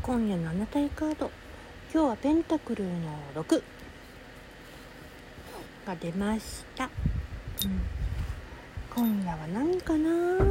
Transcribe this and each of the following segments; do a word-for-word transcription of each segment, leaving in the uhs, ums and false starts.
今夜のあなたへカード、今日はペンタクルのろくが出ました、うん、今夜は何かな、うん、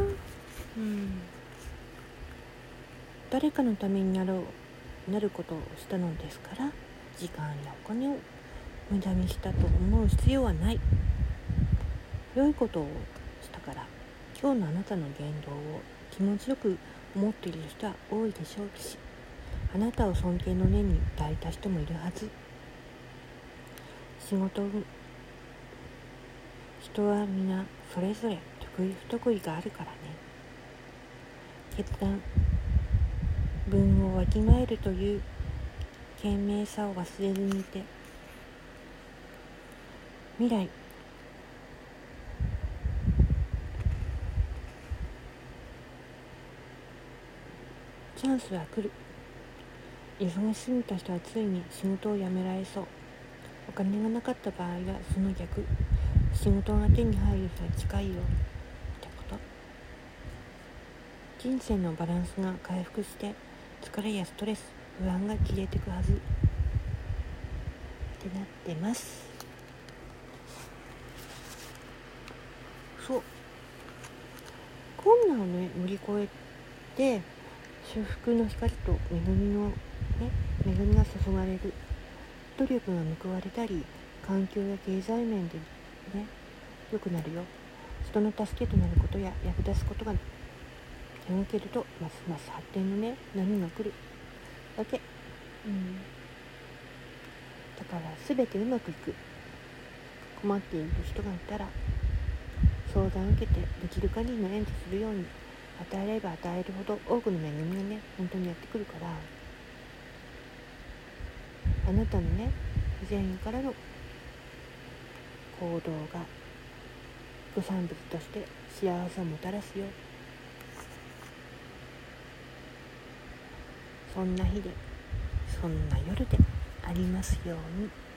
誰かのためになろうなることをしたのですから、時間やお金を無駄にしたと思う必要はない。良いことをしたから今日のあなたの言動を気持ちよく思っている人は多いでしょうし、あなたを尊敬の念に抱いた人もいるはず。仕事、人は皆それぞれ得意不得意があるからね。決断、文をわきまえるという賢明さを忘れずにいて。未来、チャンスは来る。忙しすぎた人はついに仕事を辞められそう。お金がなかった場合はその逆、仕事が手に入る日は近いよってこと。人生のバランスが回復して疲れやストレス、不安が消えていくはずってなってます。そう、困難をね乗り越えて修復の光と恵みのね恵みが注がれる。努力が報われたり、環境や経済面でね良くなるよ。人の助けとなることや役立つことが描けると、ますます発展のね波が来るだけ、うん、だから全てうまくいく。困っている人がいたら相談を受けてできる限りの援助するように。与えれば与えるほど多くの恵みがね本当にやってくるから、あなたのね以前からの行動が副産物として幸せをもたらすよ。そんな日でそんな夜でありますように。